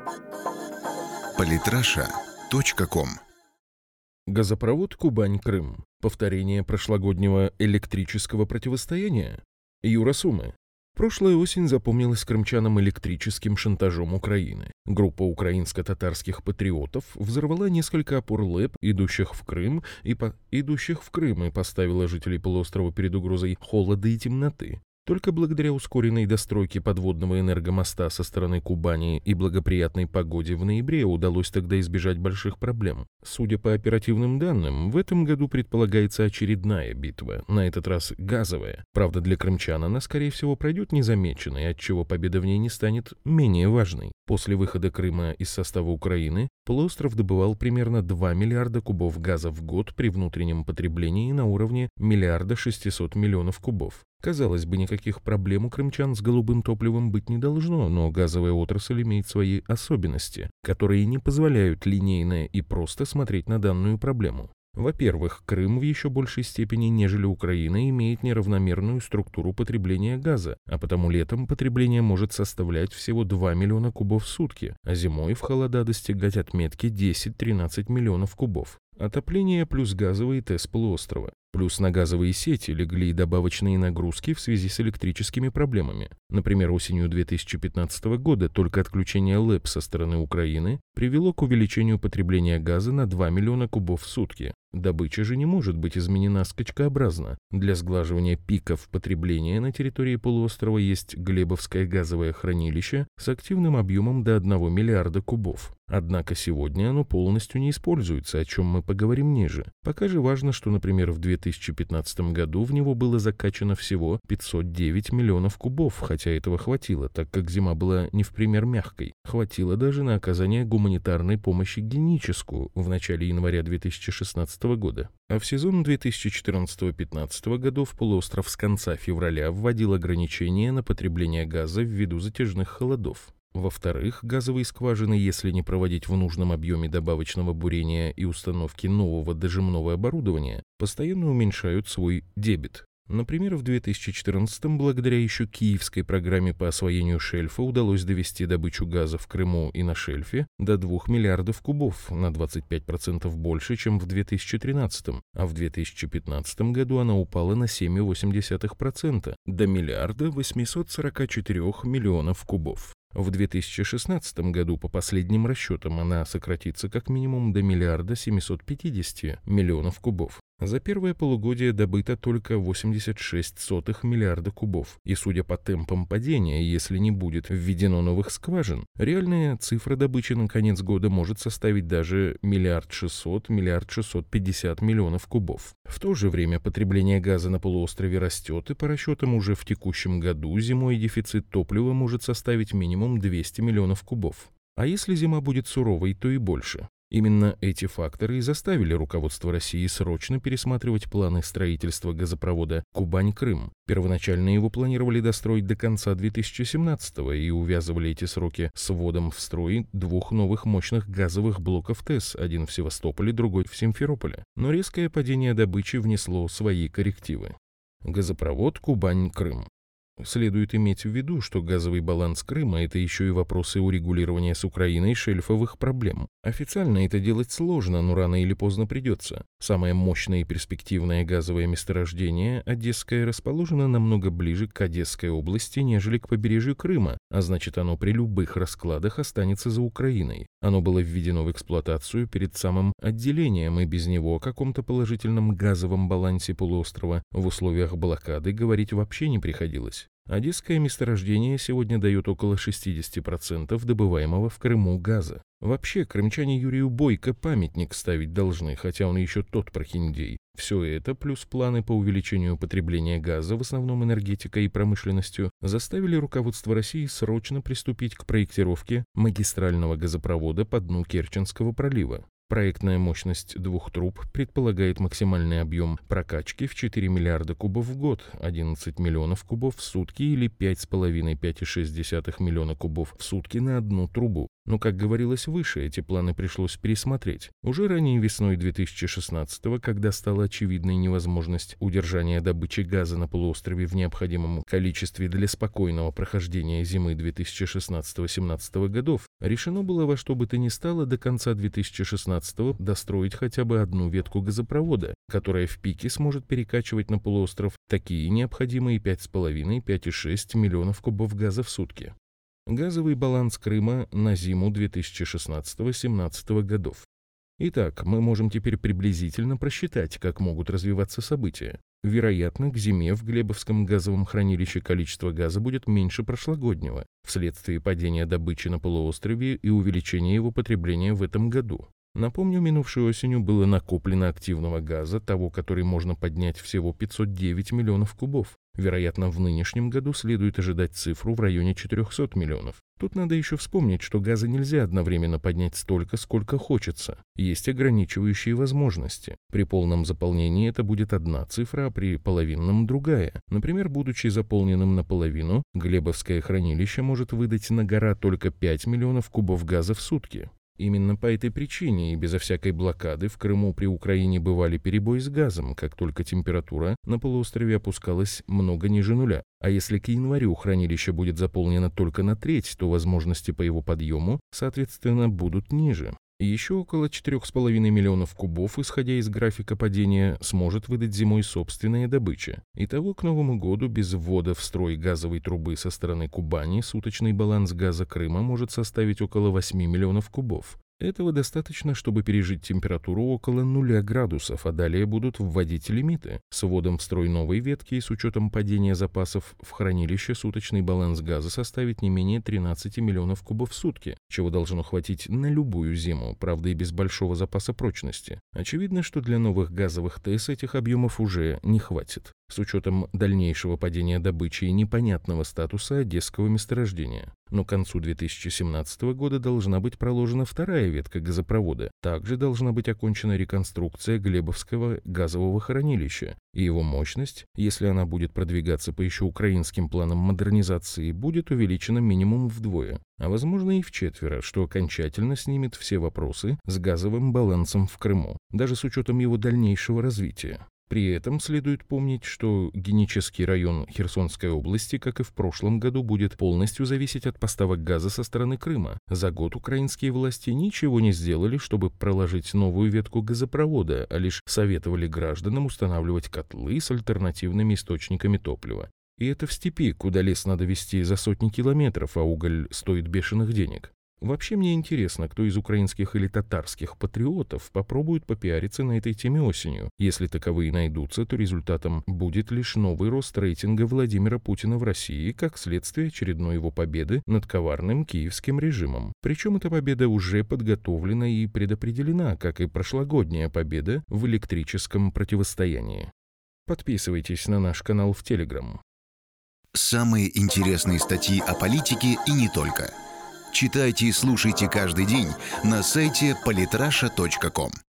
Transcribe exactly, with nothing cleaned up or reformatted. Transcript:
политраша точка ком. Газопровод Кубань-Крым. Повторение прошлогоднего электрического противостояния. Юра Сумы. Прошлая осень запомнилась крымчанам электрическим шантажом Украины. Группа украинско-татарских патриотов взорвала несколько опор ЛЭП, идущих в Крым, и по... идущих в Крым, и поставила жителей полуострова перед угрозой холода и темноты. Только благодаря ускоренной достройке подводного энергомоста со стороны Кубани и благоприятной погоде в ноябре удалось тогда избежать больших проблем. Судя по оперативным данным, в этом году предполагается очередная битва, на этот раз газовая. Правда, для крымчан она, скорее всего, пройдет незамеченной, отчего победа в ней не станет менее важной. После выхода Крыма из состава Украины полуостров добывал примерно два миллиарда кубов газа в год при внутреннем потреблении на уровне миллиарда шестисот миллионов кубов. Казалось бы, никаких проблем у крымчан с голубым топливом быть не должно, но газовая отрасль имеет свои особенности, которые не позволяют линейно и просто смотреть на данную проблему. Во-первых, Крым в еще большей степени, нежели Украина, имеет неравномерную структуру потребления газа, а потому летом потребление может составлять всего два миллиона кубов в сутки, а зимой в холода достигать отметки десять-тринадцать миллионов кубов. Отопление плюс газовый ТЭС полуострова. Плюс на газовые сети легли и добавочные нагрузки в связи с электрическими проблемами. Например, осенью две тысячи пятнадцатого года только отключение ЛЭП со стороны Украины привело к увеличению потребления газа на два миллиона кубов в сутки. Добыча же не может быть изменена скачкообразно. Для сглаживания пиков потребления на территории полуострова есть Глебовское газовое хранилище с активным объемом до одного миллиарда кубов. Однако сегодня оно полностью не используется, о чем мы поговорим ниже. Пока же важно, что, например, в две тысячи пятнадцатом году в него было закачано всего пятьсот девять миллионов кубов, хотя этого хватило, так как зима была не в пример мягкой. Хватило даже на оказание гуманитарной помощи гигиеническую в начале января две тысячи шестнадцатого года. А в сезон две тысячи четырнадцатого-пятнадцатого годов полуостров с конца февраля вводил ограничения на потребление газа ввиду затяжных холодов. Во-вторых, газовые скважины, если не проводить в нужном объеме добавочного бурения и установки нового дожимного оборудования, постоянно уменьшают свой дебит. Например, в две тысячи четырнадцатом, благодаря еще киевской программе по освоению шельфа, удалось довести добычу газа в Крыму и на шельфе до двух миллиардов кубов, на двадцать пять процентов больше, чем в две тысячи тринадцатом, а в две тысячи пятнадцатом году она упала на семь целых восемь десятых процента, до миллиарда восемьсот сорок четыре миллионов кубов. В две тысячи шестнадцатом году, по последним расчетам, она сократится как минимум до миллиарда семьсот пятьдесят миллионов кубов. За первое полугодие добыто только восемьдесят шесть сотых миллиарда кубов, и судя по темпам падения, если не будет введено новых скважин, реальная цифра добычи на конец года может составить даже миллиард шестьсот, миллиард шестьсот пятьдесят миллионов кубов. В то же время потребление газа на полуострове растет, и по расчетам уже в текущем году зимой дефицит топлива может составить минимум двести миллионов кубов. А если зима будет суровой, то и больше. Именно эти факторы и заставили руководство России срочно пересматривать планы строительства газопровода Кубань-Крым. Первоначально его планировали достроить до конца две тысячи семнадцатого и увязывали эти сроки с вводом в строй двух новых мощных газовых блоков ТЭС, один в Севастополе, другой в Симферополе. Но резкое падение добычи внесло свои коррективы. Газопровод Кубань-Крым. Следует иметь в виду, что газовый баланс Крыма – это еще и вопросы урегулирования с Украиной шельфовых проблем. Официально это делать сложно, но рано или поздно придется. Самое мощное и перспективное газовое месторождение, Одесское, расположено намного ближе к Одесской области, нежели к побережью Крыма, а значит, оно при любых раскладах останется за Украиной. Оно было введено в эксплуатацию перед самым отделением, и без него о каком-то положительном газовом балансе полуострова в условиях блокады говорить вообще не приходилось. Одесское месторождение сегодня дает около шестьдесят процентов добываемого в Крыму газа. Вообще, крымчане Юрию Бойко памятник ставить должны, хотя он еще тот прохиндей. Все это, плюс планы по увеличению потребления газа, в основном энергетикой и промышленностью, заставили руководство России срочно приступить к проектировке магистрального газопровода по дну Керченского пролива. Проектная мощность двух труб предполагает максимальный объем прокачки в четыре миллиарда кубов в год, одиннадцать миллионов кубов в сутки или пять целых пять - пять целых шесть десятых миллиона кубов в сутки на одну трубу. Но, как говорилось выше, эти планы пришлось пересмотреть. Уже ранее весной две тысячи шестнадцатого, когда стала очевидной невозможность удержания добычи газа на полуострове в необходимом количестве для спокойного прохождения зимы две тысячи шестнадцатого-семнадцатого годов, решено было во что бы то ни стало до конца две тысячи шестнадцатого достроить хотя бы одну ветку газопровода, которая в пике сможет перекачивать на полуостров такие необходимые пять с половиной — пять и шесть миллионов кубов газа в сутки. Газовый баланс Крыма на зиму две тысячи шестнадцатого-семнадцатого годов. Итак, мы можем теперь приблизительно просчитать, как могут развиваться события. Вероятно, к зиме в Глебовском газовом хранилище количество газа будет меньше прошлогоднего, вследствие падения добычи на полуострове и увеличения его потребления в этом году. Напомню, минувшей осенью было накоплено активного газа, того, который можно поднять всего пятьсот девять миллионов кубов. Вероятно, в нынешнем году следует ожидать цифру в районе четырехсот миллионов. Тут надо еще вспомнить, что газа нельзя одновременно поднять столько, сколько хочется. Есть ограничивающие возможности. При полном заполнении это будет одна цифра, а при половинном другая. Например, будучи заполненным наполовину, Глебовское хранилище может выдать на гора только пять миллионов кубов газа в сутки. Именно по этой причине и безо всякой блокады в Крыму при Украине бывали перебои с газом, как только температура на полуострове опускалась много ниже нуля. А если к январю хранилище будет заполнено только на треть, то возможности по его подъему, соответственно, будут ниже. И еще около четырёх с половиной миллионов кубов, исходя из графика падения, сможет выдать зимой собственная добыча. Итого к Новому году без ввода в строй газовой трубы со стороны Кубани суточный баланс газа Крыма может составить около восьми миллионов кубов. Этого достаточно, чтобы пережить температуру около нуля градусов, а далее будут вводить лимиты. С вводом в строй новой ветки и с учетом падения запасов в хранилище суточный баланс газа составит не менее тринадцати миллионов кубов в сутки, чего должно хватить на любую зиму, правда и без большого запаса прочности. Очевидно, что для новых газовых ТЭС этих объемов уже не хватит, с учетом дальнейшего падения добычи и непонятного статуса одесского месторождения. Но к концу две тысячи семнадцатого года должна быть проложена вторая ветка газопровода. Также должна быть окончена реконструкция Глебовского газового хранилища, и его мощность, если она будет продвигаться по еще украинским планам модернизации, будет увеличена минимум вдвое, а возможно и вчетверо, что окончательно снимет все вопросы с газовым балансом в Крыму, даже с учетом его дальнейшего развития. При этом следует помнить, что Генический район Херсонской области, как и в прошлом году, будет полностью зависеть от поставок газа со стороны Крыма. За год украинские власти ничего не сделали, чтобы проложить новую ветку газопровода, а лишь советовали гражданам устанавливать котлы с альтернативными источниками топлива. И это в степи, куда лес надо везти за сотни километров, а уголь стоит бешеных денег. Вообще мне интересно, кто из украинских или татарских патриотов попробует попиариться на этой теме осенью. Если таковые найдутся, то результатом будет лишь новый рост рейтинга Владимира Путина в России, как следствие очередной его победы над коварным киевским режимом. Причем эта победа уже подготовлена и предопределена, как и прошлогодняя победа в электрическом противостоянии. Подписывайтесь на наш канал в Телеграм. Самые интересные статьи о политике и не только. Читайте и слушайте каждый день на сайте политраша точка ком.